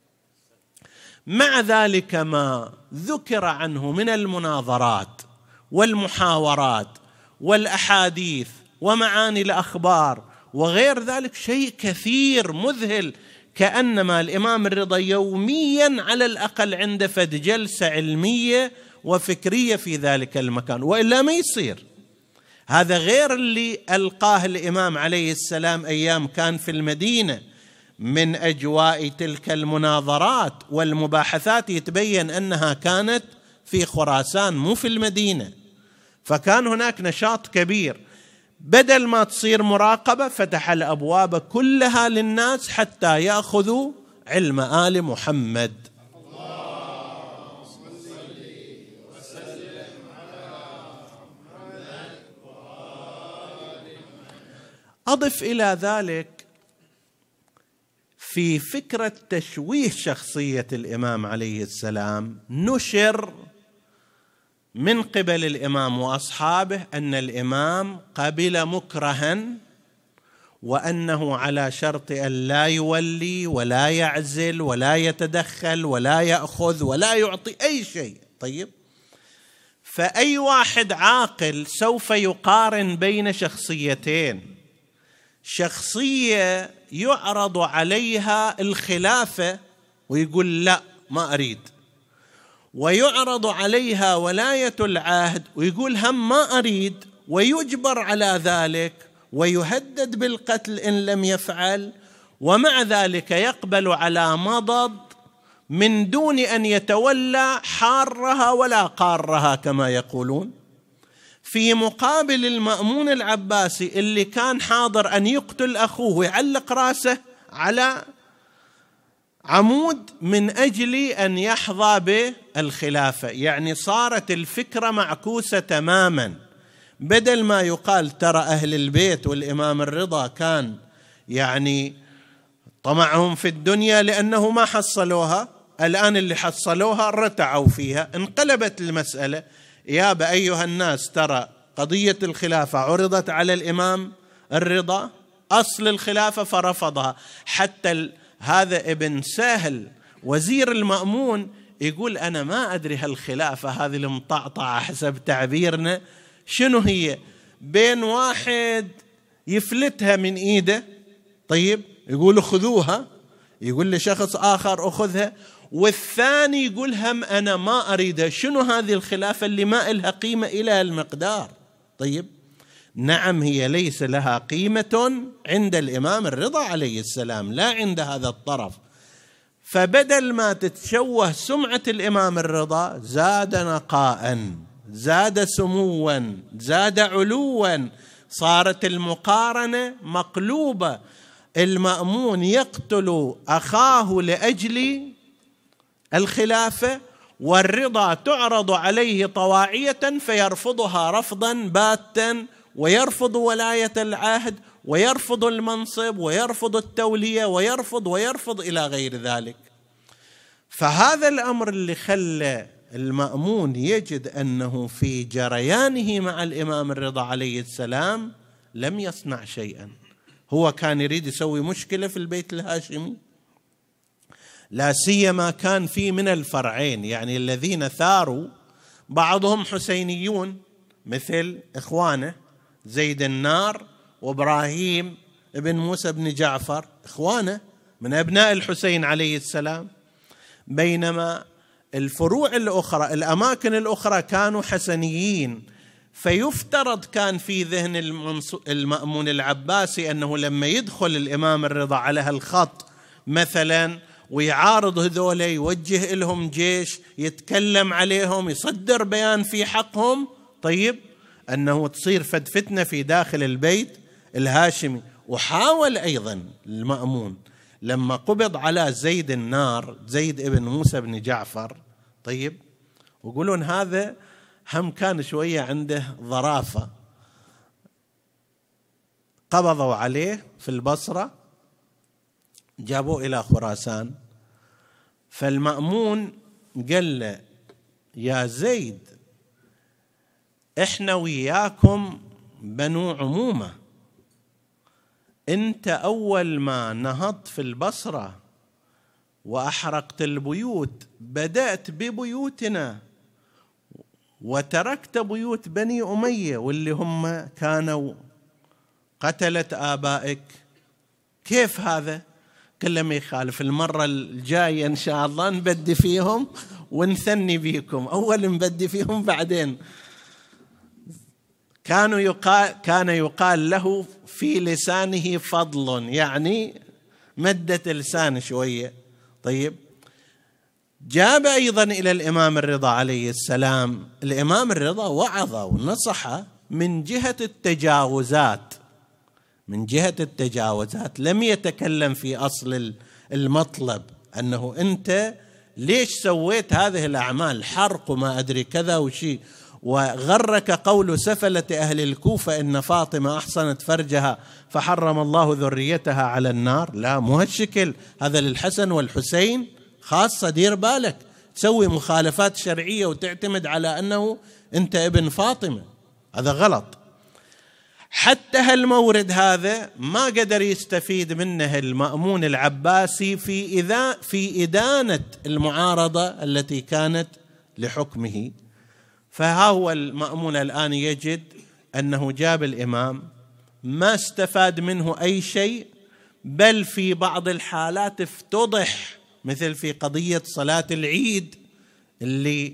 مع ذلك ما ذكر عنه من المناظرات والمحاورات والأحاديث ومعاني الأخبار وغير ذلك شيء كثير مذهل، كأنما الإمام الرضا يوميا على الأقل عنده فد جلسة علمية وفكرية في ذلك المكان، وإلا ما يصير. هذا غير اللي ألقاه الإمام عليه السلام أيام كان في المدينة من أجواء تلك المناظرات والمباحثات، يتبين أنها كانت في خراسان مو في المدينة. فكان هناك نشاط كبير، بدل ما تصير مراقبة فتح الأبواب كلها للناس حتى يأخذوا علم آل محمد. أضف إلى ذلك في فكرة تشويه شخصية الإمام عليه السلام، نشر من قبل الإمام وأصحابه أن الإمام قبل مكرها، وأنه على شرط أن لا يولي ولا يعزل ولا يتدخل ولا يأخذ ولا يعطي أي شيء. طيب، فأي واحد عاقل سوف يقارن بين شخصيتين، شخصية يعرض عليها الخلافة ويقول لا ما أريد، ويعرض عليها ولاية العهد ويقول هم ما أريد، ويجبر على ذلك ويهدد بالقتل إن لم يفعل، ومع ذلك يقبل على مضض من دون أن يتولى حارها ولا قارها كما يقولون. في مقابل المأمون العباسي اللي كان حاضر أن يقتل أخوه ويعلق راسه على عمود من أجل أن يحظى بالخلافة. يعني صارت الفكرة معكوسة تماما، بدل ما يقال ترى أهل البيت والإمام الرضا كان يعني طمعهم في الدنيا لأنه ما حصلوها، الآن اللي حصلوها رتعوا فيها، انقلبت المسألة. يا أيها الناس، ترى قضية الخلافة عرضت على الإمام الرضا، أصل الخلافة فرفضها. حتى هذا ابن سهل وزير المأمون يقول أنا ما أدري هالخلافة هذه المطعطعة حسب تعبيرنا شنو هي، بين واحد يفلتها من إيده، طيب يقول خذوها، يقول لشخص آخر أخذها، والثاني يقول هم أنا ما أريدها. شنو هذه الخلافة اللي ما إلها قيمة إلى المقدار؟ طيب، نعم هي ليس لها قيمة عند الإمام الرضا عليه السلام، لا عند هذا الطرف. فبدل ما تتشوه سمعة الإمام الرضا زاد نقاء، زاد سموا، زاد علوا، صارت المقارنة مقلوبة. المأمون يقتل أخاه لأجل الخلافة، والرضا تعرض عليه طواعية فيرفضها رفضا باتا، ويرفض ولاية العهد ويرفض المنصب ويرفض التولية ويرفض إلى غير ذلك. فهذا الأمر اللي خلى المأمون يجد أنه في جريانه مع الإمام الرضا عليه السلام لم يصنع شيئا. هو كان يريد يسوي مشكلة في البيت الهاشمي، لا سيما كان في من الفرعين يعني الذين ثاروا، بعضهم حسينيون مثل إخوانه زيد النار وإبراهيم ابن موسى بن جعفر، إخوانه من أبناء الحسين عليه السلام، بينما الفروع الأخرى الأماكن الأخرى كانوا حسنيين. فيفترض كان في ذهن المأمون العباسي أنه لما يدخل الإمام الرضا على هالخط مثلا ويعارض هذول، يوجه لهم جيش، يتكلم عليهم، يصدر بيان في حقهم، طيب أنه تصير فتنة في داخل البيت الهاشمي. وحاول أيضا المأمون لما قبض على زيد النار، زيد ابن موسى بن جعفر، طيب ويقولون هذا هم كان شوية عنده ظرافة، قبضوا عليه في البصرة جابوه إلى خراسان. فالمأمون قال له يا زيد احنا وياكم بنو عمومة، انت اول ما نهضت في البصرة واحرقت البيوت بدأت ببيوتنا وتركت بيوت بني أمية واللي هم كانوا قتلت آبائك، كيف هذا؟ كل ما يخالف، المرة الجاية إن شاء الله نبدي فيهم ونثني بيكم، أول نبدي فيهم بعدين. كان يقال له في لسانه فضل، يعني مدة لسان شوية. طيب، جاب أيضا إلى الإمام الرضا عليه السلام. الإمام الرضا وعظ ونصح من جهة التجاوزات، من جهة التجاوزات، لم يتكلم في أصل المطلب أنه أنت ليش سويت هذه الأعمال، حرق وما أدري كذا وشي، وغرك قول سفلة أهل الكوفة إن فاطمة أحصنت فرجها فحرم الله ذريتها على النار. لا، مو هالشكل، هذا للحسن والحسين خاصة، دير بالك، تسوي مخالفات شرعية وتعتمد على أنه أنت ابن فاطمة، هذا غلط. حتى هالمورد هذا ما قدر يستفيد منه المأمون العباسي في إدانة المعارضة التي كانت لحكمه. فها هو المأمون الآن يجد أنه جاب الإمام ما استفاد منه أي شيء، بل في بعض الحالات افتضح، مثل في قضية صلاة العيد اللي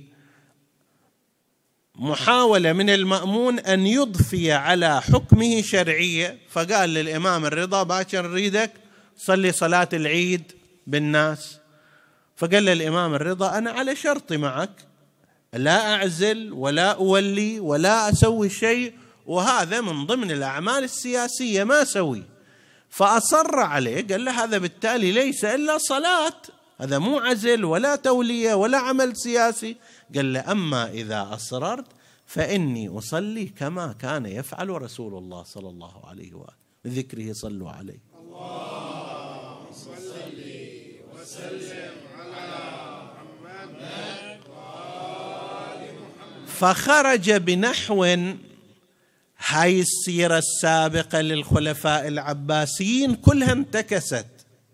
محاولة من المأمون أن يضفي على حكمه شرعية، فقال للإمام الرضا باكر نريدك صلي صلاة العيد بالناس. فقال للإمام الرضا أنا على شرطي معك، لا أعزل ولا أولي ولا أسوي شيء، وهذا من ضمن الأعمال السياسية ما أسوي. فأصر عليه، قال له هذا بالتالي ليس إلا صلاة، هذا مو عزل ولا تولية ولا عمل سياسي. قال له أما إذا أصررت فإني أصلي كما كان يفعل رسول الله صلى الله عليه وآله، بذكره صلوا عليه. اللهم صل وسلم على محمد وآل محمد. فخرج بنحو هاي السيرة السابقة للخلفاء العباسيين كلها انتكست.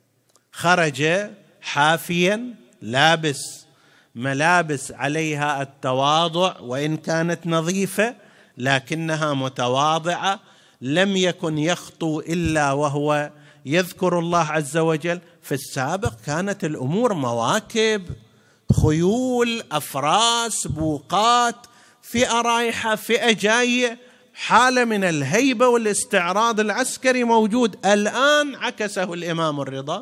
خرج حافيا لابس ملابس عليها التواضع، وإن كانت نظيفة لكنها متواضعة، لم يكن يخطو إلا وهو يذكر الله عز وجل. في السابق كانت الأمور مواكب، خيول، أفراس، بوقات، فئة رايحة فئة جاية، حالة من الهيبة والاستعراض العسكري موجود. الآن عكسه الإمام الرضا،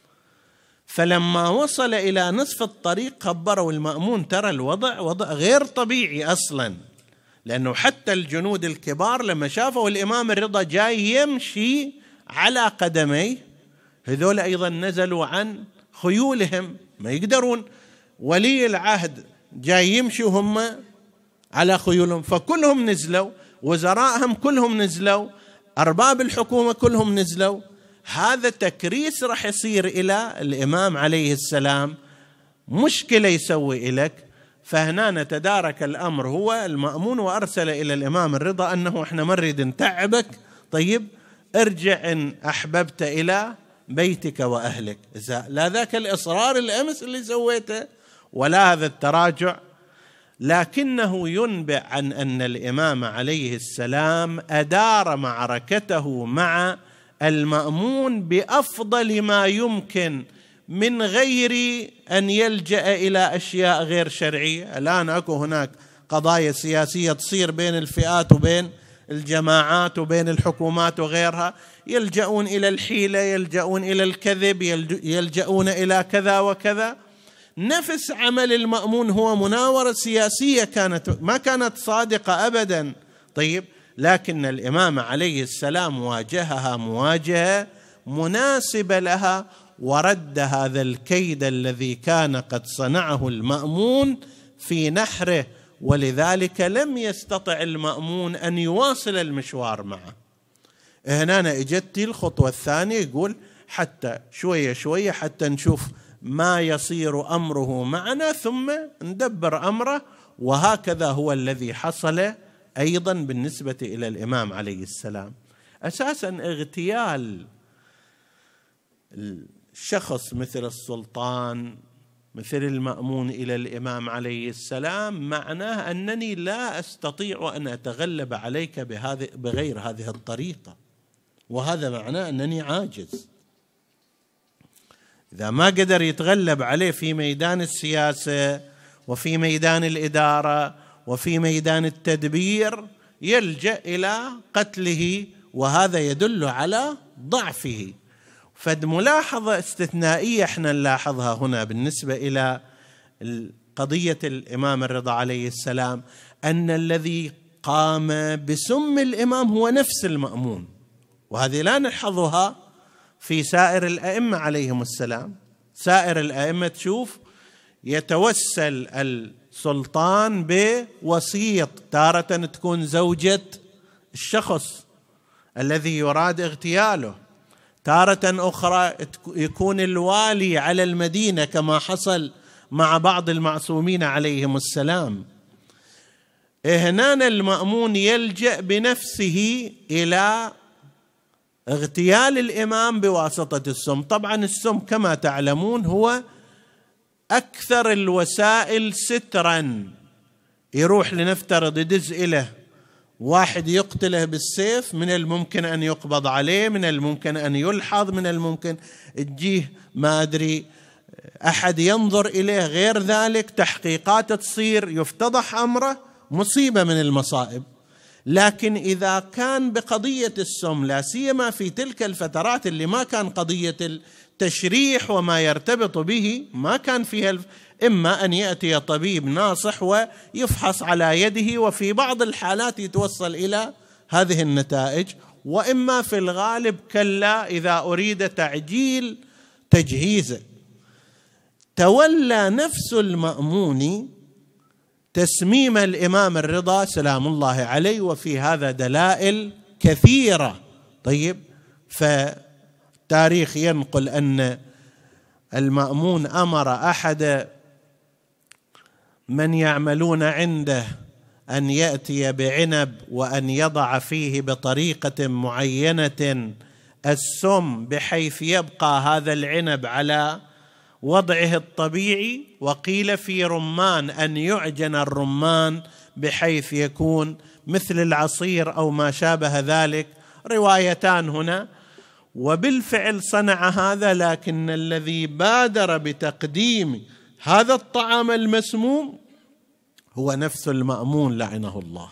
فلما وصل إلى نصف الطريق خبروا المأمون ترى الوضع وضع غير طبيعي أصلا، لأنه حتى الجنود الكبار لما شافوا الإمام الرضا جاي يمشي على قدميه، هذول أيضا نزلوا عن خيولهم، ما يقدرون. ولي العهد جاي يمشي وهم على خيولهم، فكلهم نزلوا، وزرائهم كلهم نزلوا، أرباب الحكومة كلهم نزلوا. هذا تكريس راح يصير إلى الإمام عليه السلام، مشكلة يسوي إليك. فهنا نتدارك الأمر هو المأمون، وأرسل إلى الإمام الرضا أنه إحنا ما نريد نتعبك، طيب ارجع إن أحببت إلى بيتك وأهلك. لا ذاك الإصرار الأمس اللي سويته ولا هذا التراجع، لكنه ينبئ عن أن الإمام عليه السلام أدار معركته مع المأمون بأفضل ما يمكن، من غير أن يلجأ إلى أشياء غير شرعية. الآن أكو هناك قضايا سياسية تصير بين الفئات وبين الجماعات وبين الحكومات وغيرها، يلجؤون إلى الحيلة، يلجؤون إلى الكذب، يلجؤون إلى كذا وكذا. نفس عمل المأمون هو مناورة سياسية ما كانت صادقة أبدا. طيب، لكن الإمام عليه السلام واجهها مواجهة مناسبة لها، ورد هذا الكيد الذي كان قد صنعه المأمون في نحره، ولذلك لم يستطع المأمون أن يواصل المشوار معه. هنا اجت الخطوة الثانية، يقول حتى شوية شوية حتى نشوف ما يصير أمره معنا ثم ندبر أمره. وهكذا هو الذي حصل أيضا بالنسبة إلى الإمام عليه السلام. أساسا اغتيال الشخص مثل السلطان مثل المأمون إلى الإمام عليه السلام معناه أنني لا أستطيع أن أتغلب عليك بغير هذه الطريقة، وهذا معناه أنني عاجز. إذا ما قدر يتغلب عليه في ميدان السياسة وفي ميدان الإدارة وفي ميدان التدبير يلجأ إلى قتله، وهذا يدل على ضعفه. فد ملاحظة استثنائية احنا نلاحظها هنا بالنسبة إلى قضية الإمام الرضا عليه السلام، أن الذي قام بسم الإمام هو نفس المأمون، وهذه لا نلحظها في سائر الأئمة عليهم السلام. سائر الأئمة تشوف يتوسل السلطان بوسيط، تارة تكون زوجة الشخص الذي يراد اغتياله، تارة أخرى يكون الوالي على المدينة كما حصل مع بعض المعصومين عليهم السلام. هنا المأمون يلجأ بنفسه إلى اغتيال الإمام بواسطة السم. طبعا السم كما تعلمون هو أكثر الوسائل سترا. يروح لنفترض يدز إله واحد يقتله بالسيف، من الممكن أن يقبض عليه، من الممكن أن يلحظ، من الممكن تجيه ما أدري أحد ينظر إليه، غير ذلك تحقيقات تصير، يفتضح أمره، مصيبة من المصائب. لكن إذا كان بقضية السم، لا سيما في تلك الفترات اللي ما كان قضية التشريح وما يرتبط به، ما كان فيها إما أن يأتي طبيب ناصح ويفحص على يده، وفي بعض الحالات يتوصل إلى هذه النتائج، وإما في الغالب كلا إذا أريد تعجيل تجهيزه. تولى نفس المأمون تسميم الإمام الرضا سلام الله عليه، وفي هذا دلائل كثيرة. طيب، فالتاريخ ينقل أن المأمون أمر أحد من يعملون عنده أن يأتي بعنب وأن يضع فيه بطريقة معينة السم بحيث يبقى هذا العنب على وضعه الطبيعي، وقيل في رمان أن يعجن الرمان بحيث يكون مثل العصير أو ما شابه ذلك، روايتان هنا. وبالفعل صنع هذا، لكن الذي بادر بتقديم هذا الطعام المسموم هو نفس المأمون لعنه الله.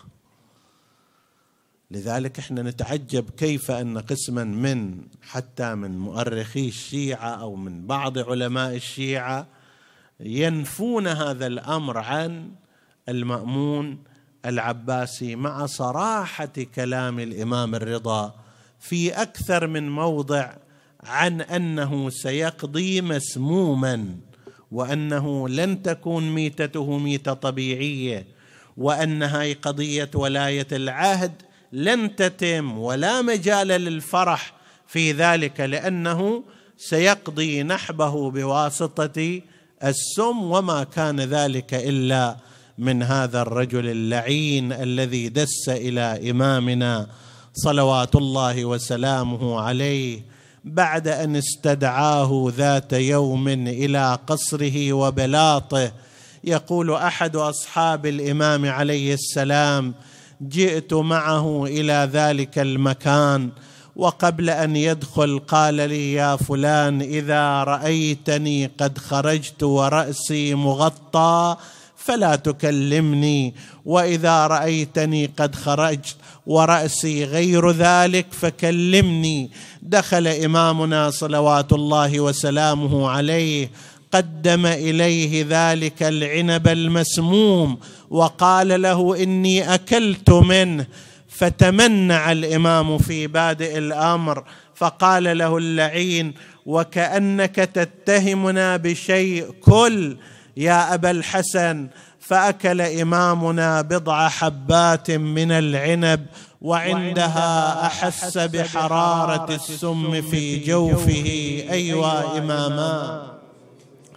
لذلك احنا نتعجب كيف أن قسما حتى من مؤرخي الشيعة أو من بعض علماء الشيعة ينفون هذا الأمر عن المأمون العباسي، مع صراحة كلام الإمام الرضا في أكثر من موضع عن أنه سيقضي مسموما، وأنه لن تكون ميتته ميتة طبيعية، وأن هاي قضية ولاية العهد لن تتم ولا مجال للفرح في ذلك، لأنه سيقضي نحبه بواسطة السم، وما كان ذلك إلا من هذا الرجل اللعين الذي دس إلى إمامنا صلوات الله وسلامه عليه بعد أن استدعاه ذات يوم إلى قصره وبلاطه. يقول أحد أصحاب الإمام عليه السلام: جئت معه إلى ذلك المكان، وقبل أن يدخل قال لي: يا فلان، إذا رأيتني قد خرجت ورأسي مغطى فلا تكلمني، وإذا رأيتني قد خرجت ورأسي غير ذلك فكلمني. دخل إمامنا صلوات الله وسلامه عليه، قدم إليه ذلك العنب المسموم وقال له: إني أكلت منه. فتمنع الإمام في بادئ الأمر، فقال له اللعين: وكأنك تتهمنا بشيء، كل يا أبا الحسن. فأكل إمامنا بضع حبات من العنب، وعندها أحس بحرارة السم في جوفه. أيوا إماما،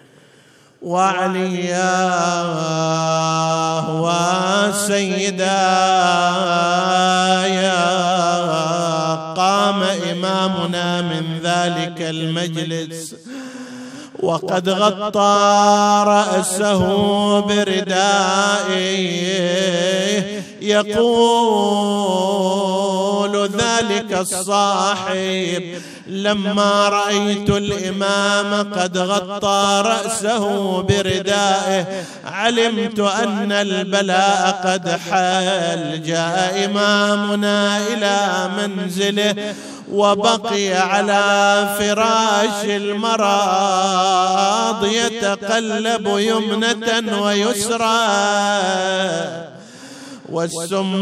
وعلياه وسيداي. قام إمامنا من ذلك المجلس وقد غطى رأسه بردائه، يقول ذلك الصاحب: لما رأيت الإمام قد غطى رأسه بردائه علمت أن البلاء قد حل. جاء إمامنا إلى منزله وبقي على فراش المرض يتقلب يمنة ويسرى، والسم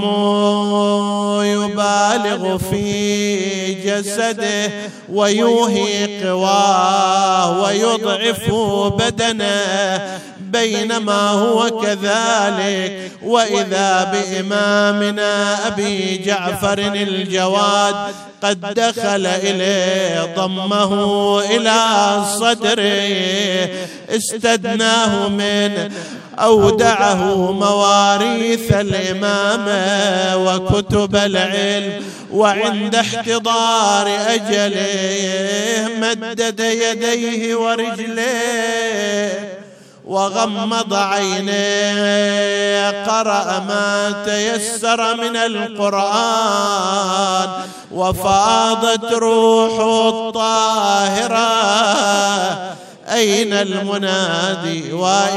يبالغ في جسده ويوهي قواه ويضعف بدنه، بينما هو كذلك وإذا بإمامنا أبي جعفر الجواد قد دخل إليه ضمه إلى صدره استدناه منه، أودعه مواريث الإمامة وكتب العلم، وعند احتضار أجله مدد يديه ورجليه وغمض عينيه، قرأ ما تيسر من القرآن وفاضت روحه الطاهرة. أين المنادي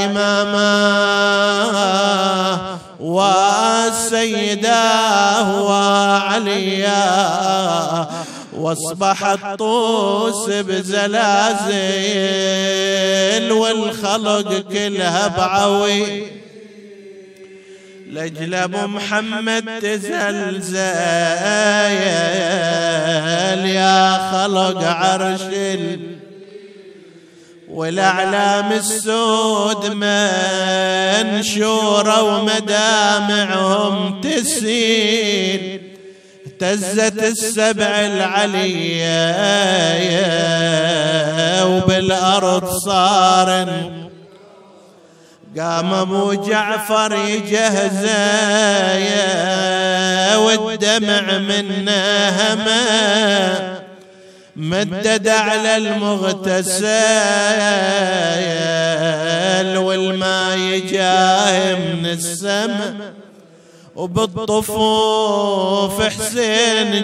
وإماماه وسيداه وعلياه، واصبح الطوس بزلازل والخلق كلها بعوي لأجل أبو محمد تزلزل. يا خلق عرش والأعلام السود منشورة ومدامعهم تسيل، اهتزت السبع العلية وبالأرض صار. قام أبو جعفر يجهزه والدمع منه هما، مدد على المغتسل والماء يجاه من السماء، وبالطفوف حسين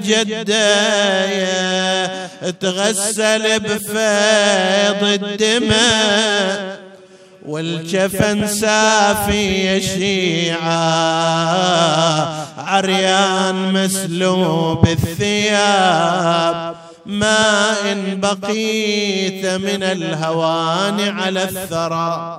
جده تغسل بفيض الدماء، والجفن سافي يشيعه عريان مسلوب الثياب، ما إن بقيت من الهوان على الثرى،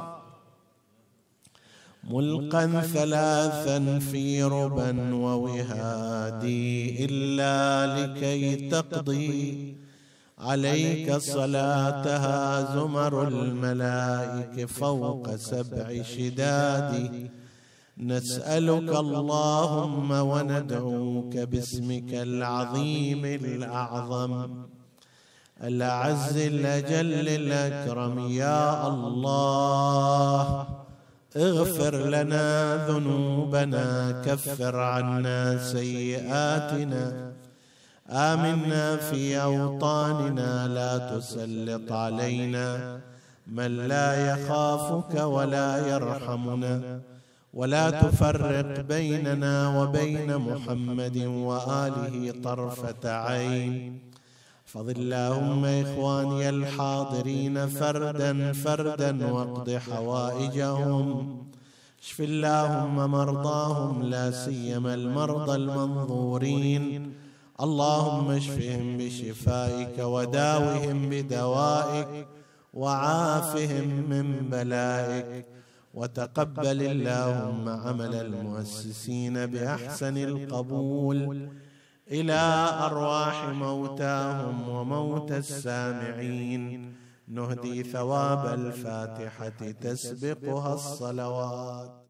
ملقا ثلاثا في ربا ووهادي، إلا لكي تقضي عليك صلاتها زمر الملائكة فوق 7 شداد. نسألك اللهم وندعوك باسمك العظيم الأعظم الأعز الأجل الأكرم، يا الله اغفر لنا ذنوبنا، كفر عنا سيئاتنا، آمنا في أوطاننا، لا تسلط علينا من لا يخافك ولا يرحمنا، ولا تفرق بيننا وبين محمد وآله طرفة عين. احفظ اللهم إخواني الحاضرين فردا فردا واقض حوائجهم، اشف اللهم مرضاهم لا سيما المرضى المنظورين، اللهم اشفهم بشفائك وداوهم بدوائك وعافهم من بلائك، وتقبل اللهم عمل المؤسسين بأحسن القبول إلى أرواح موتاهم وموتى السامعين. نهدي ثواب الفاتحة تسبقها الصلوات.